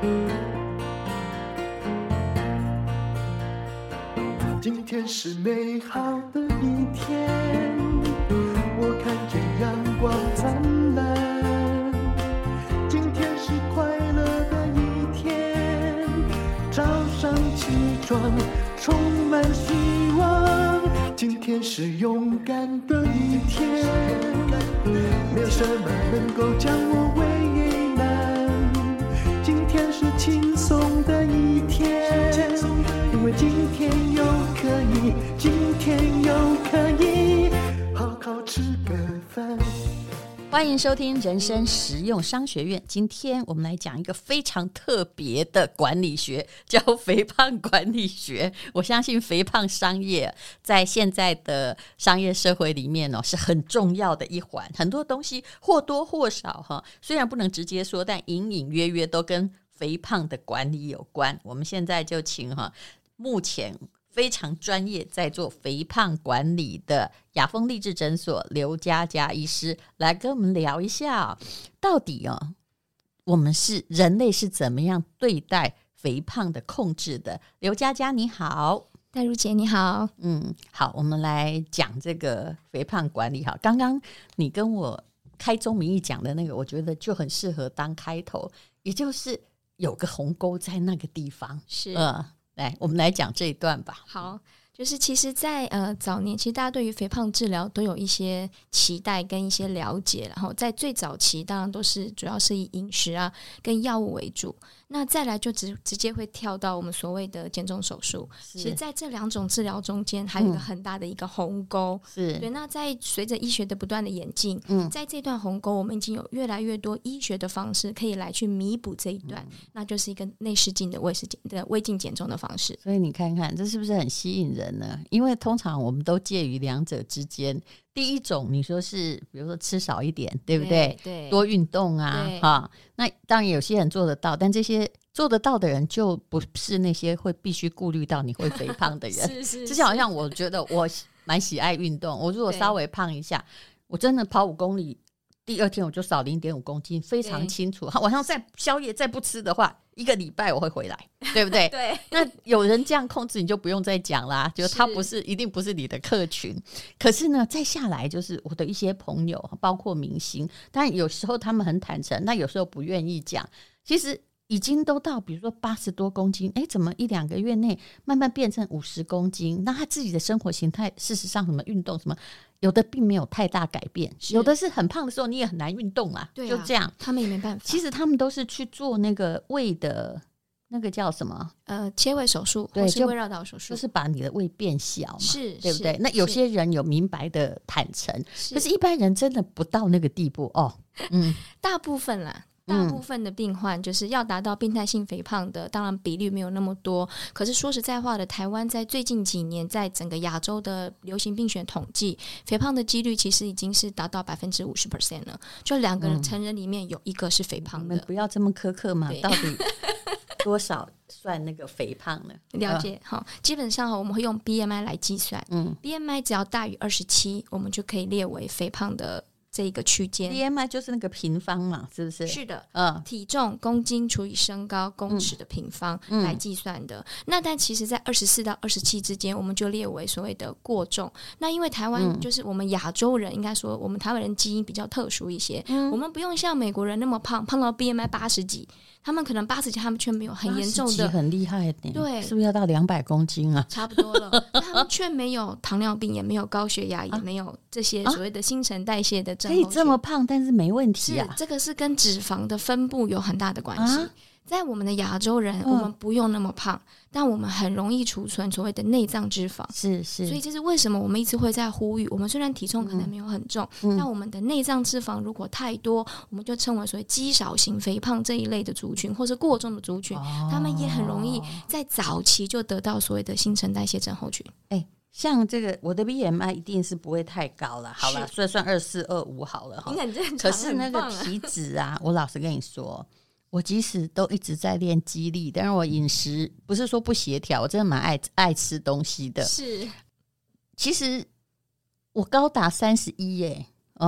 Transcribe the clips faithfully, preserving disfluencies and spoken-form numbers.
今天是美好的一天，我看见阳光灿烂。今天是快乐的一天，早上起床充满希望。今天是勇敢的一天，没有什么能够将我为难。今天是轻松的一天，因为今天又可以，今天又可以好好吃个饭。 欢迎收听人生实用商学院。今天我们来讲一个非常特别的管理学，叫肥胖管理学。我相信肥胖商业在现在的商业社会里面、哦、是很重要的一环，很多东西或多或少、哦、虽然不能直接说，但隐隐约约都跟肥胖的管理有关。我们现在就请、哦、目前非常专业在做肥胖管理的雅丰励志诊所刘佳佳医师来跟我们聊一下、哦、到底、哦、我们是人类是怎么样对待肥胖的控制的。刘佳佳你好。 戴如姐你好。 嗯，好，我们来讲这个肥胖管理。好，刚刚你跟我开宗明义讲的那个，我觉得就很适合当开头，也就是有个鸿沟在那个地方。 是呃来，我们来讲这一段吧。 好，就是其实在呃早年，其实大家对于肥胖治疗都有一些期待跟一些了解，然后在最早期当然都是主要是以饮食啊跟药物为主，那再来就直直接会跳到我们所谓的减重手术。其实在这两种治疗中间还有一个很大的一个鸿沟、嗯、是对。那在随着医学的不断的演进、嗯、在这段鸿沟我们已经有越来越多医学的方式可以来去弥补这一段、嗯、那就是一个内视镜的胃视镜的胃镜减重的方式。 所以你看看这是不是很吸引人呢？因为通常我们都介于两者之间。第一种你说是比如说吃少一点，对不对？ 对对， 多运动啊，哈。那当然有些人做得到，但这些做得到的人就不是那些会必须顾虑到你会肥胖的人。 是是是， 之前好像我觉得我蛮喜爱运动，我如果稍微胖一下，我真的跑五公里，第二天我就少 零点五公斤，非常清楚。晚上再宵夜再不吃的话，一个礼拜我会回来，对不对？对。那有人这样控制，你就不用再讲啦，就他不是一定不是你的客群。可是呢，再下来就是我的一些朋友，包括明星，但有时候他们很坦诚，那有时候不愿意讲。其实已经都到比如说八十多公斤，哎，怎么一两个月内慢慢变成五十公斤？那他自己的生活形态，事实上什么运动什么，有的并没有太大改变，有的是很胖的时候你也很难运动啊，对啊，就这样， 他们也没办法。 其实他们都是去做那个胃的那个叫什么呃切胃手术，或是胃绕道手术， 就是把你的胃变小嘛， 是， 对不对？那有些人有明白的坦诚，可是一般人真的不到那个地步哦。嗯， 大部分啦。大部分的病患就是要达到病态性肥胖的，当然比率没有那么多。可是说实在话的，台湾在最近几年，在整个亚洲的流行病学统计，肥胖的几率其实已经是达到百分之五十 percent 了。就两个人成人里面有一个是肥胖的。 你们不要这么苛刻嘛，到底多少算那个肥胖呢？ 了解，好、呃，基本上我们会用 B M I 来计算，嗯 ，B M I 只要大于二十七，我们就可以列为肥胖的这一个区间。 B M I 就是那个平方嘛，是不是？ 是的、嗯、体重公斤除以身高公尺的平方来计算的、嗯、那但其实在二十四到二十七之间我们就列为所谓的过重。那因为台湾就是我们亚洲人、嗯、应该说我们台湾人基因比较特殊一些、嗯、我们不用像美国人那么胖，胖到 B M I 八十几，他们可能八十几，他们却没有很严重的， 很厉害的， 对， 是不是要到两百公斤啊？ 差不多了。但他们却没有糖尿病，也没有高血压，也没有这些所谓的新陈代谢的症候群。 可以这么胖，但是没问题啊。 是，这个是跟脂肪的分布有很大的关系。啊，在我们的亚洲人、嗯、我们不用那么胖，但我们很容易储存所谓的内脏脂肪， 是是， 所以这是为什么我们一直会在呼吁，我们虽然体重可能没有很重、嗯、但我们的内脏脂肪如果太多，我们就称为所谓肌少型肥胖这一类的族群，或是过重的族群、哦、他们也很容易在早期就得到所谓的新陈代谢症候群。 哎，像这个我的 B M I 一定是不会太高了，好了，所以算二四二五好了， 你很正常， 可是那个体脂啊我老实跟你说，我即使都一直在练肌力，但是我饮食不是说不协调，我真的蛮爱爱吃东西的。 是， 其实我高达三十一耶，嗯，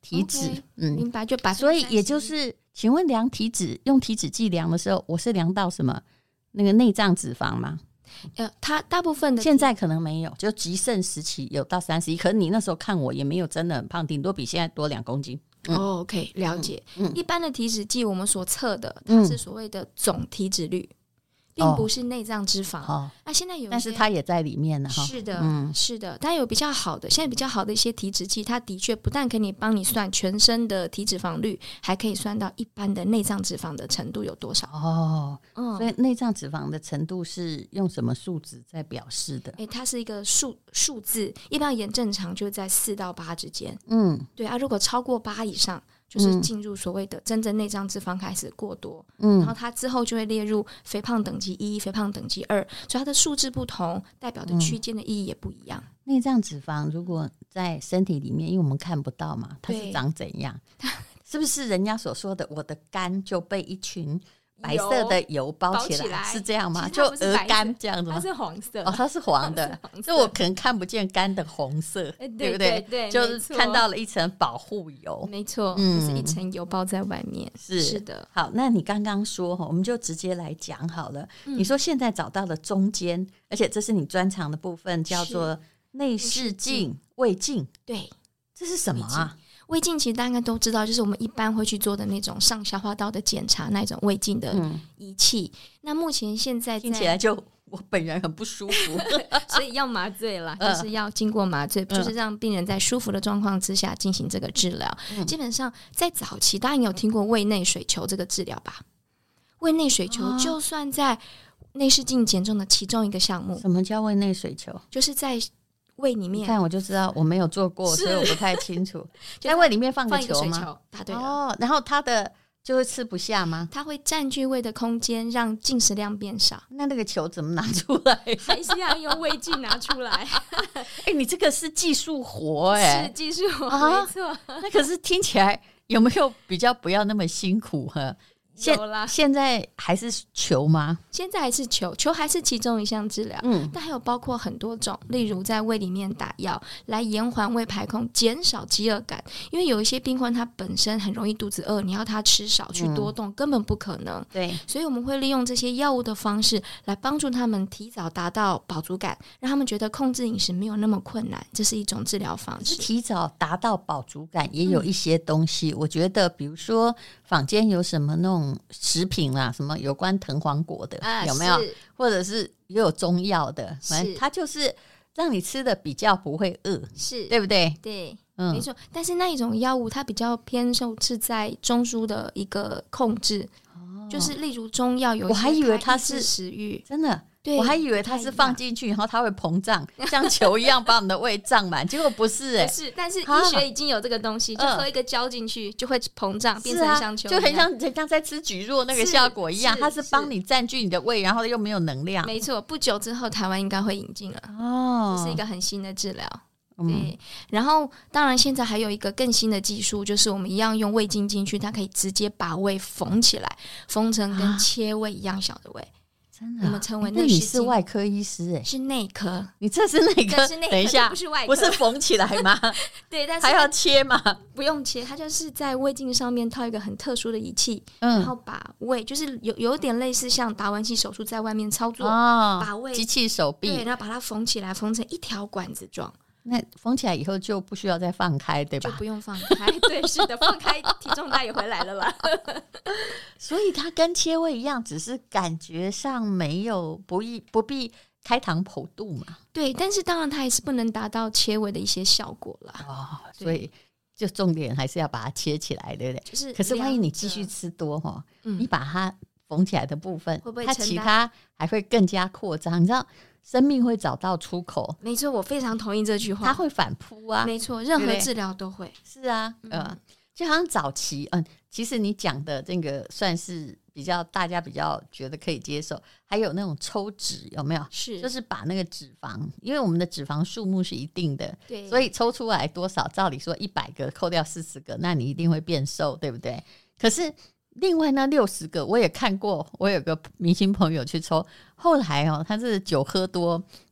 体脂。 Okay, 嗯， 明白，就把所以也就是，请问量体脂用体脂计量的时候，我是量到什么？那个内脏脂肪吗？ 呃，它大部分的现在可能没有，就极盛时期有到三十一，可是你那时候看我也没有真的很胖，顶多比现在多两公斤。 嗯、哦 ，OK， 了解、嗯嗯。一般的体脂计我们所测的， 嗯它是所谓的总体脂率。并不是内脏脂肪、哦、那现在有一些， 但是它也在里面了。 是的、 嗯、 是的，但有比较好的，现在比较好的一些体脂计，它的确不但可以帮你算全身的体脂肪率，还可以算到一般的内脏脂肪的程度有多少。 哦、嗯、所以内脏脂肪的程度是用什么数值在表示的？ 欸、它是一个数数字，一般眼正常就在四到八之间。 嗯， 对啊，如果超过八以上，就是进入所谓的真正内脏脂肪开始过多， 嗯， 然后它之后就会列入肥胖等级一、肥胖等级二，所以它的数字不同，代表的区间的意义也不一样。 嗯、内脏脂肪如果在身体里面，因为我们看不到嘛，它是长怎样？是不是人家所说的我的肝就被一群白色的油包起 来, 起来是这样吗？就鹅肝这样子吗？ 它是黄色哦，它是黄的，就我可能看不见肝的红色， 欸、 对不对？对， 就是看到了一层保护油， 没错，嗯，就是一层油包在外面。 是是的。 好，那你刚刚说，我们就直接来讲好了、嗯。你说现在找到了中间，而且这是你专长的部分，叫做内视镜、胃镜。 对， 这是什么啊？ 胃镜其实大家应该都知道，就是我们一般会去做的那种上消化道的检查，那种胃镜的仪器、嗯。那目前现在在听起来就我本人很不舒服， 所以要麻醉啦，就是要经过麻醉、嗯，就是让病人在舒服的状况之下进行这个治疗、嗯。基本上在早期，大家有听过胃内水球这个治疗吧？胃内水球就算在内视镜检中的其中一个项目。 什么叫胃内水球？ 就是在胃里面， 看我就知道我没有做过，所以我不太清楚。在胃里面放个球吗？ 放一个水球，答对了。 哦，然后它的就会吃不下吗？ 它会占据胃的空间，让进食量变少。 那那个球怎么拿出来？ 还是要用胃镜拿出来。 哎、欸，你这个是技术活哎、欸， 是技术活，啊、没错。 那可是听起来有没有比较不要那么辛苦哈？现有啦， 现在还是球吗？ 现在还是球，球还是其中一项治疗，嗯，但还有包括很多种，例如在胃里面打药来延缓胃排空，减少饥饿感。因为有一些病患他本身很容易肚子饿，你要他吃少去多动、嗯、根本不可能。对，所以我们会利用这些药物的方式来帮助他们提早达到饱足感，让他们觉得控制饮食没有那么困难，这是一种治疗方式。 提早达到饱足感也有一些东西、嗯、我觉得比如说坊间有什么那种食品啦，什么有关藤黄果的、啊、有没有？或者是也有中药的，反正它就是让你吃的比较不会饿，是对不对？ 对，嗯，没错。但是那一种药物它比较偏重是在中枢的一个控制，哦、就是例如中药有一些， 我还以为它是食欲， 真的。我还以为它是放进去然后它会膨胀像球一样把我们的胃胀满结果不是哎、欸， 不是，但是医学已经有这个东西、啊、就喝一个胶进去就会膨胀、嗯、变成像球一样， 就很像很像在吃蒟蒻那个效果一样，它是帮你占据你的胃然后又没有能量， 没错。不久之后台湾应该会引进了哦，这是一个很新的治疗。对、嗯，然后当然现在还有一个更新的技术，就是我们一样用胃镜进去，它可以直接把胃缝起来，缝成跟切胃一样小的胃。 真的、啊， 我们称为那你是外科医师哎、欸， 是内科， 你这是内科， 是内科， 等一下， 不是外科， 不是缝起来吗？ 对，但是还要切吗？ 不用切，它就是在胃镜上面套一个很特殊的仪器，嗯、然后把胃就是有有点类似像达文西手术在外面操作，哦、把胃机器手臂， 对，然后把它缝起来，缝成一条管子状。 那缝起来以后就不需要再放开，对吧？ 就不用放开，对，是的，放开体重大也回来了啦。 所以它跟切胃一样，只是感觉上没有不必不必开膛剖肚嘛。 对，但是当然它还是不能达到切胃的一些效果啦。 哦，所以就重点还是要把它切起来，对不对？就是，可是万一你继续吃多哈、嗯，你把它缝起来的部分，会不会它其他还会更加扩张？你知道？生命会找到出口， 没错，我非常同意这句话。 它会反扑啊， 没错，任何治疗都会。 是啊，呃、嗯，就好像早期，嗯，其实你讲的这个算是比较大家比较觉得可以接受。还有那种抽脂，有没有？是，就是把那个脂肪，因为我们的脂肪数目是一定的，对，所以抽出来多少，照理说一百个扣掉四十个，那你一定会变瘦，对不对？可是另外那六十个我也看过，我有个明星朋友去抽，后来哦，他是酒喝多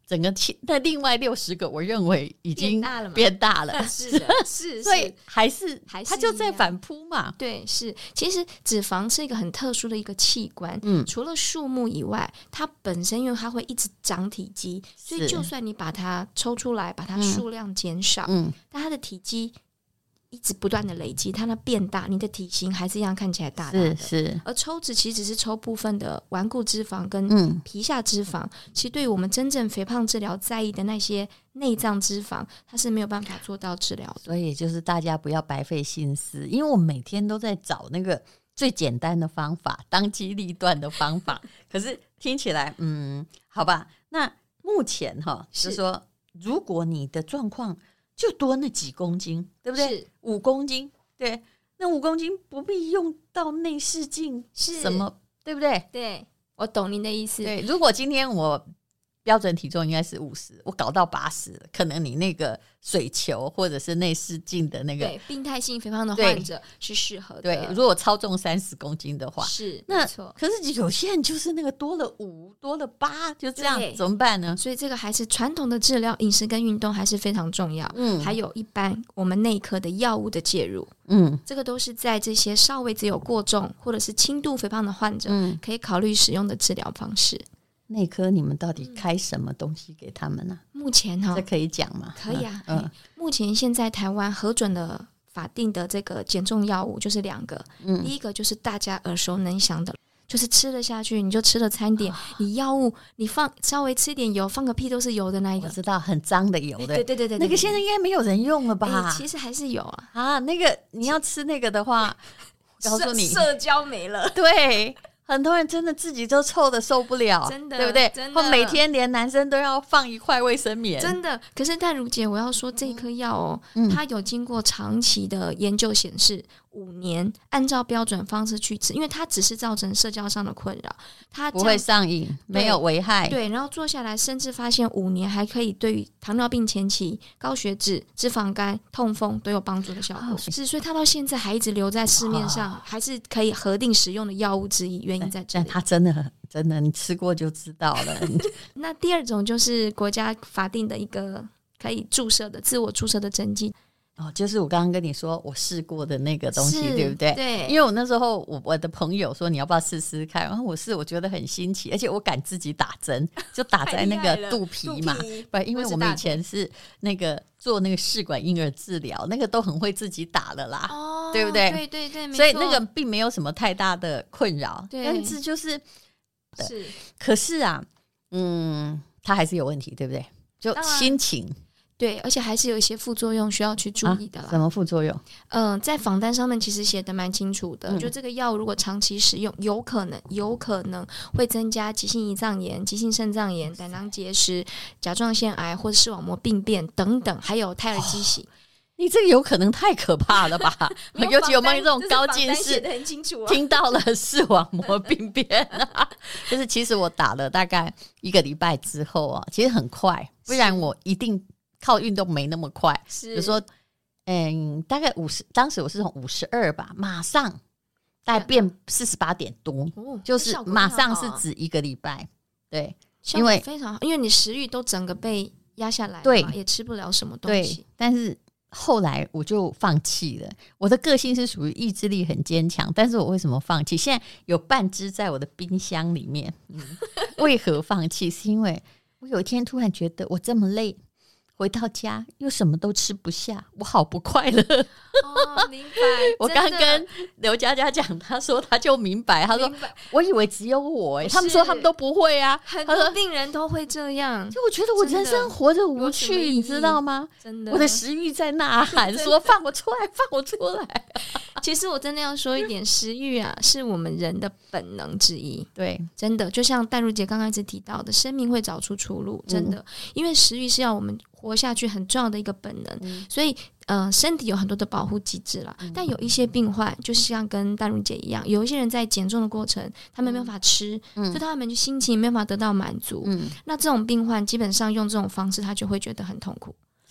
整个七那另外六十个，我认为已经变大了嘛变大了， 是的，是， 所以还是还是它就在一样反扑嘛。 对，是，其实脂肪是一个很特殊的一个器官， 嗯除了数目以外，它本身因为它会一直长体积，所以是就算你把它抽出来，把它数量减少， 嗯， 但它的体积一直不断的累积，它那变大，你的体型还是一样看起来大大的。 是是， 而抽脂其实只是抽部分的顽固脂肪跟嗯皮下脂肪，其实对于我们真正肥胖治疗在意的那些内脏脂肪，它是没有办法做到治疗的。 所以就是大家不要白费心思，因为我每天都在找那个最简单的方法，当机立断的方法。可是听起来，嗯，好吧。那目前哈， 是就说如果你的状况就多那几公斤，对不对是？ 五公斤，对，那五公斤不必用到内视镜， 是什么，对不对？ 对，我懂您的意思。 对，如果今天我标准体重应该是五十，我搞到八十，可能你那个水球或者是内视镜的那个， 对，病态性肥胖的患者是适合的。 对，如果超重三十公斤的话， 是那没错。 可是有些人就是那个多了五，多了八，就这样对怎么办呢？ 所以这个还是传统的治疗，饮食跟运动还是非常重要。 嗯还有一般我们内科的药物的介入， 嗯这个都是在这些稍微只有过重或者是轻度肥胖的患者、 嗯， 可以考虑使用的治疗方式。 内科你们到底开什么东西给他们呢、 目前哈、 这可以讲吗？ 可以啊。 嗯嘿目前现在台湾核准的法定的这个减重药物就是两个， 嗯第一个就是大家耳熟能详的，就是吃了下去你就吃了餐点，你药物你放稍微吃一点油，放个屁都是油的那一个。 我知道很脏的油的， 对对对对， 那个现在应该没有人用了吧？ 哎其实还是有啊。 啊，那个你要吃那个的话，告诉你， 社社交没了。 对。很多人真的自己都臭的受不了， 真的对不对？ 真的或每天连男生都要放一块卫生棉， 真的，可是淡如姐，我要说这颗药哦， 嗯它有经过长期的研究显示，五年按照标准方式去吃，因为它只是造成社交上的困扰，它不会上瘾，没有危害。 对，然后做下来，甚至发现五年还可以对于糖尿病前期、高血脂、脂肪肝、痛风都有帮助的效果。 哦是，所以它到现在还一直留在市面上， 哦还是可以核定使用的药物之一。原因在这里。 但它真的很真的，你吃过就知道了。 那第二种就是国家法定的一个可以注射的自我注射的针剂。 哦，就是我刚刚跟你说我试过的那个东西， 是对不对？ 对， 因为我那时候我我的朋友说你要不要试试看，然后我试，我觉得很新奇，而且我敢自己打针，就打在那个肚皮嘛。不，因为我们以前是那个做那个试管婴儿治疗，那个都很会自己打了啦， 哦， 对不对？ 对对对， 所以那个并没有什么太大的困扰， 对但是就是是可是啊，嗯，它还是有问题，对不对？就当然心情对，而且还是有一些副作用需要去注意的啦。 啊、什么副作用？ 嗯、呃，在访单上面其实写的蛮清楚的， 嗯就这个药如果长期使用，有可能有可能会增加急性胰脏炎、急性肾脏炎、胆囊结石、甲状腺癌或者视网膜病变等等，还有胎儿畸形。哦你这个有可能太可怕了吧？尤其有没有这种高近视， 很清楚、啊、 听到了视网膜病变、啊，就是其实我打了大概一个礼拜之后啊，其实很快，不然我一定靠运动没那么快。比如说，嗯，大概五十，当时我是从五十二吧，马上大概变四十八点多， 哦、 就是马上是指一个礼拜，对，因为非常好，因为你食欲都整个被压下来了， 对， 也吃不了什么东西， 对，但是。后来我就放弃了。我的个性是属于意志力很坚强，但是我为什么放弃？现在有半只在我的冰箱里面。嗯、为何放弃？是因为我有一天突然觉得我这么累，回到家又什么都吃不下，我好不快乐。 哦，明白。 我刚跟刘佳佳讲，她说她就明白，她说我以为只有我、欸，他们说他们都不会啊， 很多病人都会这样。 就我觉得我人生活着无趣，你知道吗？ 真的， 我的食欲在呐喊，说放我出来，放我出来。 其实我真的要说一点，食欲啊，是我们人的本能之一。 对， 真的，就像淡如姐刚开始提到的，生命会找出出路，真的，嗯、因为食欲是要我们活下去很重要的一个本能，嗯、所以呃，身体有很多的保护机制啦。嗯、但有一些病患，就是像跟淡如姐一样，有一些人在减重的过程，他们没有办法吃，嗯、所以他们就心情没有办法得到满足。嗯、那这种病患基本上用这种方式，他就会觉得很痛苦。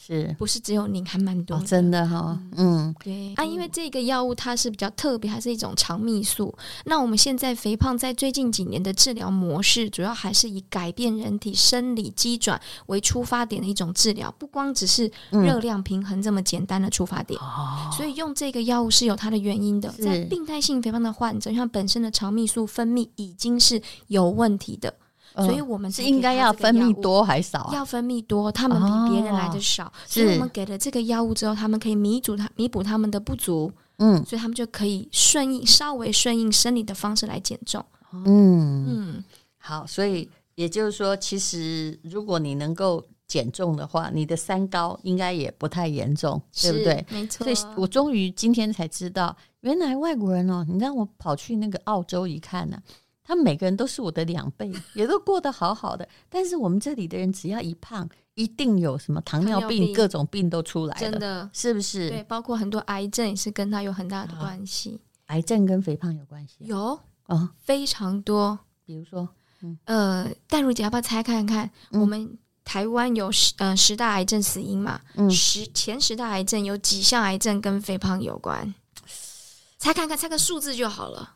是不是只有您，还蛮多的、 哦、真的哈、哦，嗯， 对啊，因为这个药物它是比较特别，它是一种肠泌素。那我们现在肥胖在最近几年的治疗模式，主要还是以改变人体生理机转为出发点的一种治疗，不光只是热量平衡这么简单的出发点。 哦、 所以用这个药物是有它的原因的。在病态性肥胖的患者，因为它本身的肠泌素分泌已经是有问题的。所以我们是应该要分泌多还少、啊？ 要分泌多，他们比别人来的少、哦，所以我们给了这个药物之后，他们可以弥补他弥补他们的不足，嗯，所以他们就可以顺应稍微顺应生理的方式来减重， 嗯嗯，好，所以也就是说，其实如果你能够减重的话，你的三高应该也不太严重，对不对？ 没错。 所以我终于今天才知道，原来外国人哦，你让我跑去那个澳洲一看呢、啊。他们每个人都是我的两倍，也都过得好好的。但是我们这里的人只要一胖，一定有什么糖尿病、尿病各种病都出来了， 真的是不是？ 对，包括很多癌症也是跟它有很大的关系。 癌症跟肥胖有关系？ 有啊， 非常多。 比如说，嗯、 呃，淡如姐要不要猜看看？嗯、我们台湾有十呃十大癌症死因嘛？嗯，十前十大癌症有几项癌症跟肥胖有关？猜看看，猜个数字就好了。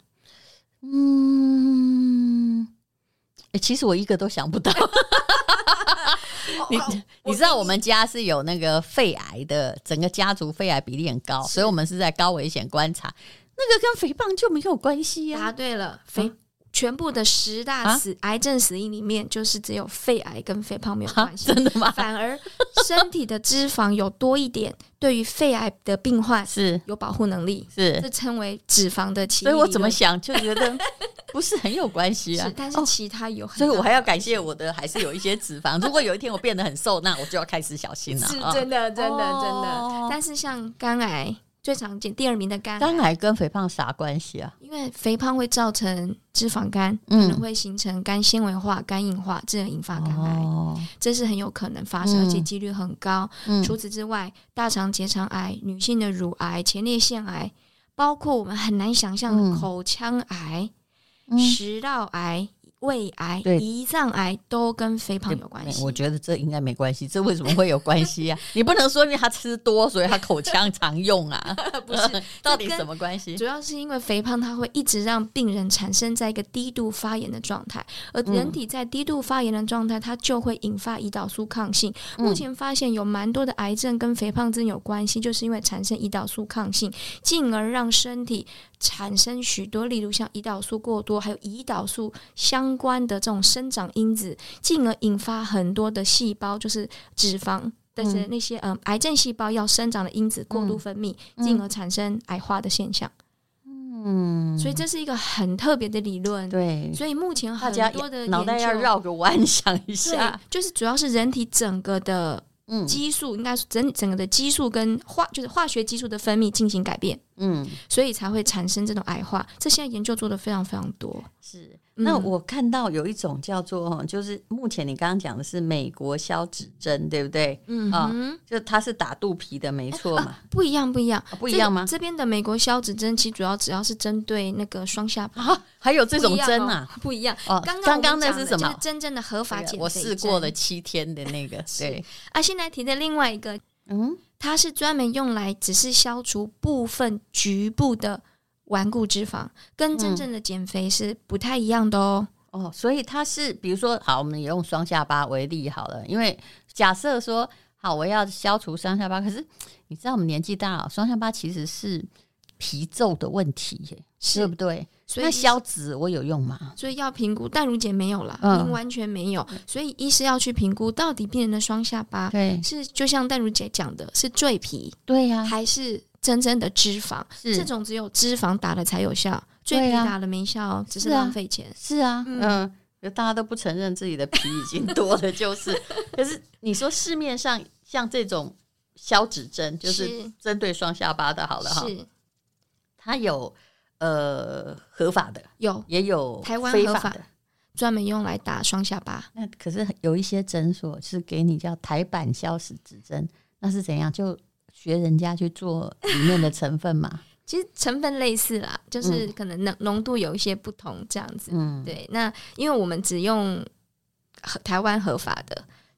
嗯、欸，其实我一个都想不到。你你知道我们家是有那个肺癌的，整个家族肺癌比例很高，所以我们是在高危险观察。那个跟肥胖就没有关系呀、啊。 答对了，肥、啊、全部的十大死、啊、癌症死因里面，就是只有肺癌跟肥胖没有关系、 啊。真的吗？ 反而身体的脂肪有多一点，对于肺癌的病患是有保护能力， 是这称为脂肪的起因。 所以我怎么想就觉得不是很有关系啊。 是，但是其他有很大的、 哦，所以我还要感谢我的，还是有一些脂肪。如果有一天我变得很瘦，那我就要开始小心了。 是真的，真的，真的。哦、但是像肝癌。最常见第二名的肝癌， 肝癌跟肥胖啥关系啊？ 因为肥胖会造成脂肪肝，嗯、可能会形成肝纤维化、肝硬化，这引发肝癌、哦，这是很有可能发生，嗯、而且几率很高、嗯。除此之外，大肠结肠癌、女性的乳癌、前列腺癌，包括我们很难想象的口腔癌、嗯、食道癌。胃癌、胰脏癌都跟肥胖有关系。 我觉得这应该没关系，这为什么会有关系啊？你不能说因为他吃多，所以他口腔常用啊？ 不是， 到底什么关系？ 主要是因为肥胖，它会一直让病人产生在一个低度发炎的状态，而人体在低度发炎的状态，它就会引发胰岛素抗性。嗯、目前发现有蛮多的癌症跟肥胖症有关系，就是因为产生胰岛素抗性，进而让身体产生许多，例如像胰岛素过多，还有胰岛素相关的这种生长因子，进而引发很多的细胞，就是脂肪的那些、嗯、癌症细胞要生长的因子过度分泌，嗯、进而产生癌化的现象。嗯，所以这是一个很特别的理论。 对， 所以目前很多的脑袋要绕个弯想一下， 就是主要是人体整个的激素，嗯、应该整整个的激素跟化就是化学激素的分泌进行改变。嗯，所以才会产生这种癌化。这现在研究做得非常非常多。 是。那我看到有一种叫做，就是目前你刚刚讲的是美国消脂针，对不对？嗯、哦，就它是打肚皮的，没错嘛、啊？ 不一样，不一样， 哦、不一样吗？ 这, 这边的美国消脂针其实主要只要是针对那个双下巴、 啊，还有这种针啊？ 不一样哦。 刚刚刚那是什么？ 就是真正的合法减肥针。 我试过了七天的那个，对。 啊，现在提的另外一个，嗯，它是专门用来只是消除部分局部的顽固脂肪，跟真正的减肥是不太一样的哦。 哦，所以它是比如说，好，我们也用双下巴为例好了，因为假设说，好，我要消除双下巴，可是你知道我们年纪大了，双下巴其实是皮皱的问题耶，对不对？所以那消脂我有用吗？ 所以要评估，淡如姐没有啦，您、嗯、完全没有，所以医师要去评估到底病人的双下巴对是就像淡如姐讲的，是赘皮， 对呀、啊， 还是真正的脂肪？这种只有脂肪打了才有效。赘皮打了没效、啊、只是浪费钱。 是啊，嗯，嗯大家都不承认自己的皮已经多了，就是可是你说市面上像这种消脂针，就是针对双下巴的，好了哈，它有呃合法的，有也有台湾非法的， 专门用来打双下巴。 那可是有一些诊所是给你叫台版消脂针，那是怎样？就学人家去做里面的成分嘛？ 其实成分类似啦，就是可能浓浓度有一些不同这样子。嗯，对。那因为我们只用台湾合法的，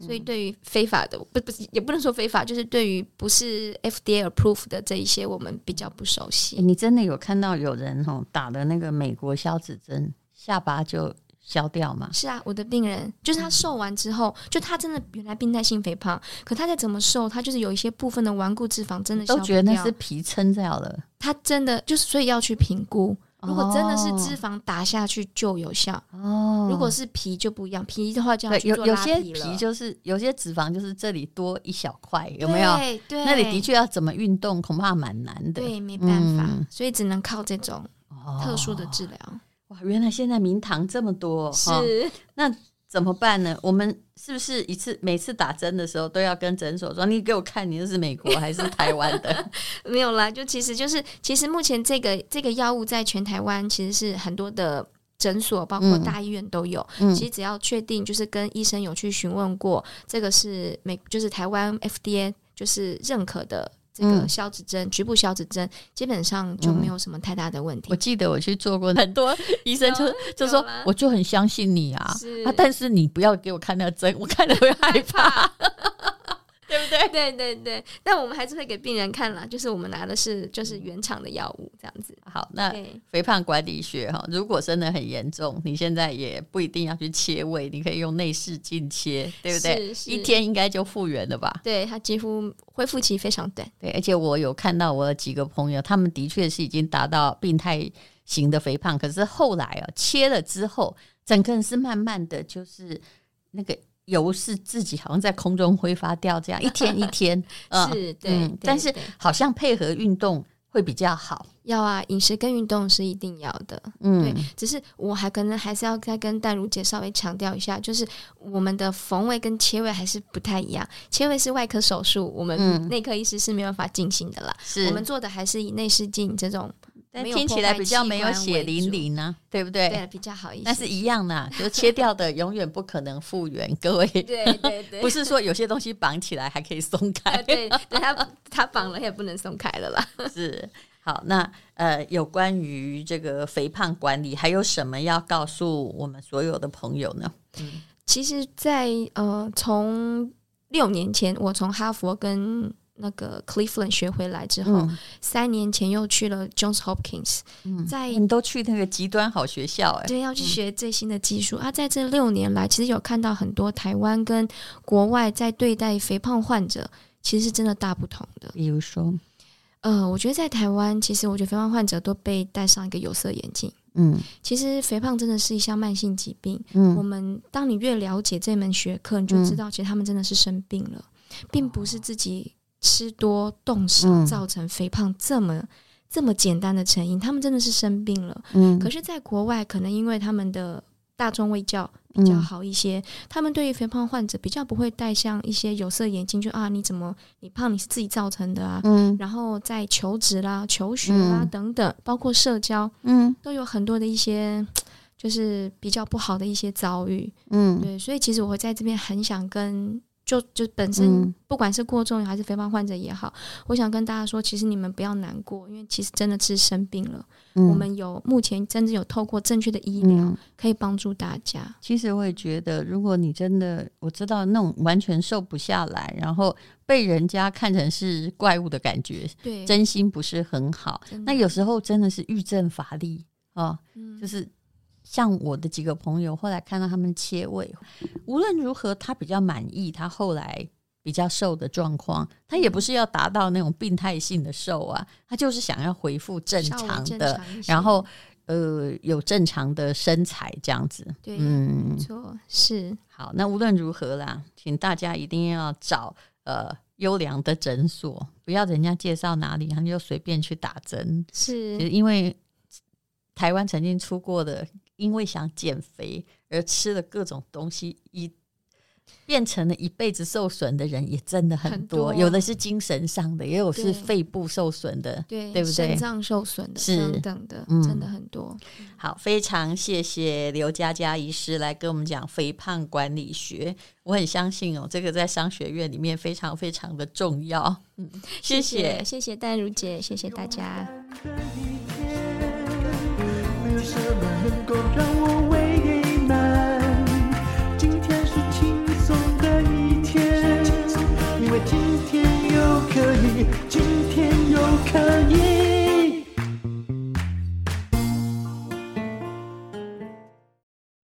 所以对于非法的不不也不能说非法，就是对于不是 F D A approved 的这一些我们比较不熟悉。 你真的有看到有人打了那个美国消脂针下巴就消掉吗？ 是啊，我的病人就是他瘦完之后，就他真的原来病态性肥胖，可他再怎么瘦，他就是有一些部分的顽固脂肪真的消不掉， 都觉得那是皮撑掉了。 他真的就是所以要去评估，如果真的是脂肪打下去就有效哦，如果是皮就不一样，皮的话就要去做拉皮了。 有, 有些皮就是有些脂肪就是这里多一小块，有没有？ 对对， 那里的确要怎么运动恐怕蛮难的。 对，没办法，嗯、所以只能靠这种特殊的治疗。哦哇，原来现在名堂这么多， 是、 哦、那怎么办呢？我们是不是一次每次打针的时候都要跟诊所说，你给我看你是美国还是台湾的？ 没有啦，就其实就是其实目前这个这个药物在全台湾其实是很多的诊所包括大医院都有、嗯、其实只要确定就是跟医生有去询问过，这个是美就是台湾 F D A 就是认可的这个消脂针、嗯、局部消脂针基本上就没有什么太大的问题、 嗯、我记得我去做过，很多医生就就说我就很相信你 啊, 啊但是你不要给我看那个针，我看了会害怕对不对？ 对对对，但我们还是会给病人看啦，就是我们拿的是就是原厂的药物这样子。 好，那肥胖管理学如果真的很严重，你现在也不一定要去切胃，你可以用内视镜切，对不对？一天应该就复原了吧？ 对，它几乎恢复期非常短。 对，而且我有看到我的几个朋友，他们的确是已经达到病态型的肥胖，可是后来啊切了之后，整个人是慢慢的就是那个油是自己好像在空中挥发掉，这样一天一天是、嗯、对、嗯、 但是好像配合运动会比较好。 要啊，饮食跟运动是一定要的。嗯，对，只是我还可能还是要再跟淡如姐稍微强调一下，就是我们的缝胃跟切胃还是不太一样。切胃是外科手术，我们内科医师是没有办法进行的啦、嗯、我们做的还是以内视镜这种， 但听起来比较没有血淋淋啊，对不对？ 对，比较好一些。 那是一样的，就切掉的永远不可能复原，各位。 对对对， 不是说有些东西绑起来还可以松开， 对，对它它绑了也不能松开了啦。 是，好，那呃，有关于这个肥胖管理，还有什么要告诉我们所有的朋友呢？ 嗯，其实在，在呃，从六年前我从哈佛跟那个 Cleveland 学回来之后、嗯、三年前又去了 Johns Hopkins、嗯、在你都去那个极端好学校哎、欸， 对，要去学最新的技术、嗯、啊。在这六年来其实有看到很多台湾跟国外在对待肥胖患者其实是真的大不同的。 比如说呃，我觉得在台湾其实我觉得肥胖患者都被戴上一个有色眼镜。嗯，其实肥胖真的是一项慢性疾病。嗯，我们当你越了解这门学科，你就知道其实他们真的是生病了、嗯、并不是自己吃多动少造成肥胖这么、嗯、这么简单的成因，他们真的是生病了。嗯，可是在国外可能因为他们的大众卫教比较好一些、嗯、他们对于肥胖患者比较不会戴上一些有色眼镜，就啊你怎么你胖你是自己造成的啊、嗯、然后在求职啦求学啦、嗯、等等包括社交嗯都有很多的一些就是比较不好的一些遭遇。嗯，对，所以其实我会在这边很想跟就就本身不管是过重还是肥胖患者也好、嗯、我想跟大家说其实你们不要难过，因为其实真的是生病了、嗯、我们有目前真正有透过正确的医疗、嗯、可以帮助大家。 其实我也觉得如果你真的我知道那种完全瘦不下来，然后被人家看成是怪物的感觉，对，真心不是很好。那有时候真的是欲振乏力、哦嗯、就是像我的几个朋友后来看到他们切胃，无论如何他比较满意他后来比较瘦的状况，他也不是要达到那种病态性的瘦啊，他就是想要恢复正常的常然后呃有正常的身材这样子。 对，嗯，没错，是。 好，那无论如何啦，请大家一定要找呃优良的诊所，不要人家介绍哪里你就随便去打针。 是， 因为台湾曾经出过的因为想减肥而吃了各种东西一变成了一辈子受损的人也真的很多，很多有的是精神上的，也有是肺部受损的， 对, 对不对？ 肾脏受损的是等等的、嗯、真的很多。 好，非常谢谢刘佳佳医师来跟我们讲肥胖管理学，我很相信哦，这个在商学院里面非常非常的重要、嗯、谢谢谢谢淡如姐，谢谢大家。 没有什么能够让我